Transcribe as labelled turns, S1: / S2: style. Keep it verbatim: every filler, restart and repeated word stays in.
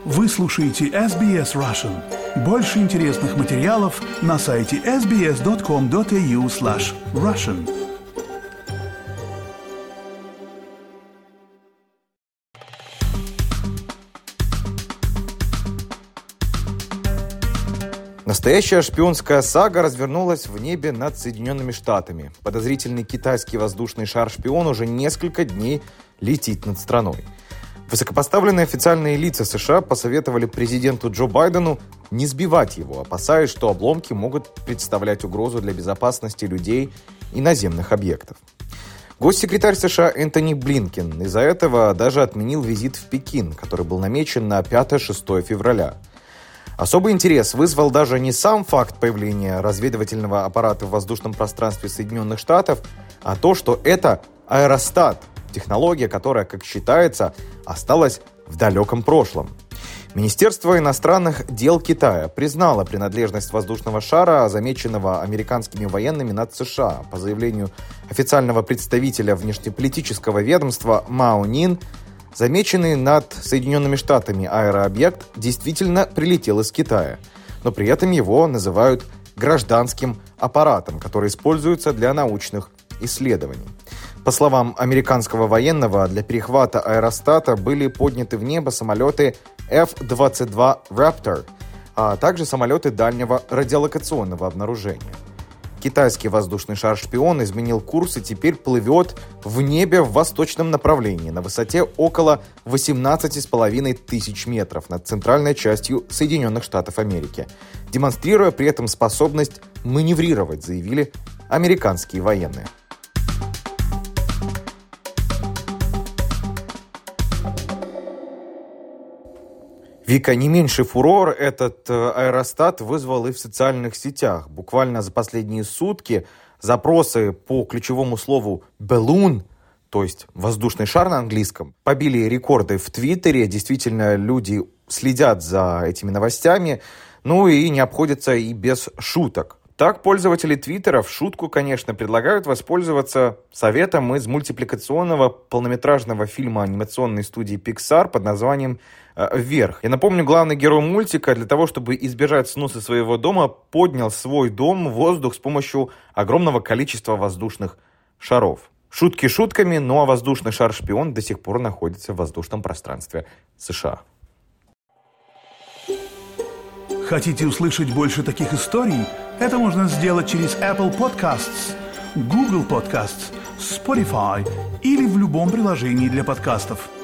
S1: Вы слушаете эс би эс Russian. Больше интересных материалов на сайте эс би эс точка ком точка эй ю слэш Russian.
S2: Настоящая шпионская сага развернулась в небе над Соединенными Штатами. Подозрительный китайский воздушный шар-шпион уже несколько дней летит над страной. Высокопоставленные официальные лица США посоветовали президенту Джо Байдену не сбивать его, опасаясь, что обломки могут представлять угрозу для безопасности людей и наземных объектов. Госсекретарь США Энтони Блинкен из-за этого даже отменил визит в Пекин, который был намечен на пятое-шестое февраля. Особый интерес вызвал даже не сам факт появления разведывательного аппарата в воздушном пространстве Соединенных Штатов, а то, что это аэростат, технология, которая, как считается, осталась в далеком прошлом. Министерство иностранных дел Китая признало принадлежность воздушного шара, замеченного американскими военными над США. По заявлению официального представителя внешнеполитического ведомства Мао Нин, замеченный над Соединенными Штатами аэрообъект действительно прилетел из Китая, но при этом его называют гражданским аппаратом, который используется для научных исследований. По словам американского военного, для перехвата аэростата были подняты в небо самолеты эф двадцать два Raptor, а также самолеты дальнего радиолокационного обнаружения. Китайский воздушный шар-шпион изменил курс и теперь плывет в небе в восточном направлении на высоте около восемнадцати с половиной тысяч метров над центральной частью Соединенных Штатов Америки, демонстрируя при этом способность маневрировать, заявили американские военные. Вика, не меньший фурор этот аэростат вызвал и в социальных сетях. Буквально за последние сутки запросы по ключевому слову «balloon», то есть воздушный шар на английском, побили рекорды в Твиттере. Действительно, люди следят за этими новостями, ну и не обходятся и без шуток. Так, пользователи Твиттера в шутку, конечно, предлагают воспользоваться советом из мультипликационного полнометражного фильма анимационной студии Pixar под названием «Вверх». Я напомню, главный герой мультика для того, чтобы избежать сноса своего дома, поднял свой дом в воздух с помощью огромного количества воздушных шаров. Шутки шутками, но воздушный шар-шпион до сих пор находится в воздушном пространстве США.
S1: Хотите услышать больше таких историй? Это можно сделать через Apple Podcasts, Google Podcasts, Spotify или в любом приложении для подкастов.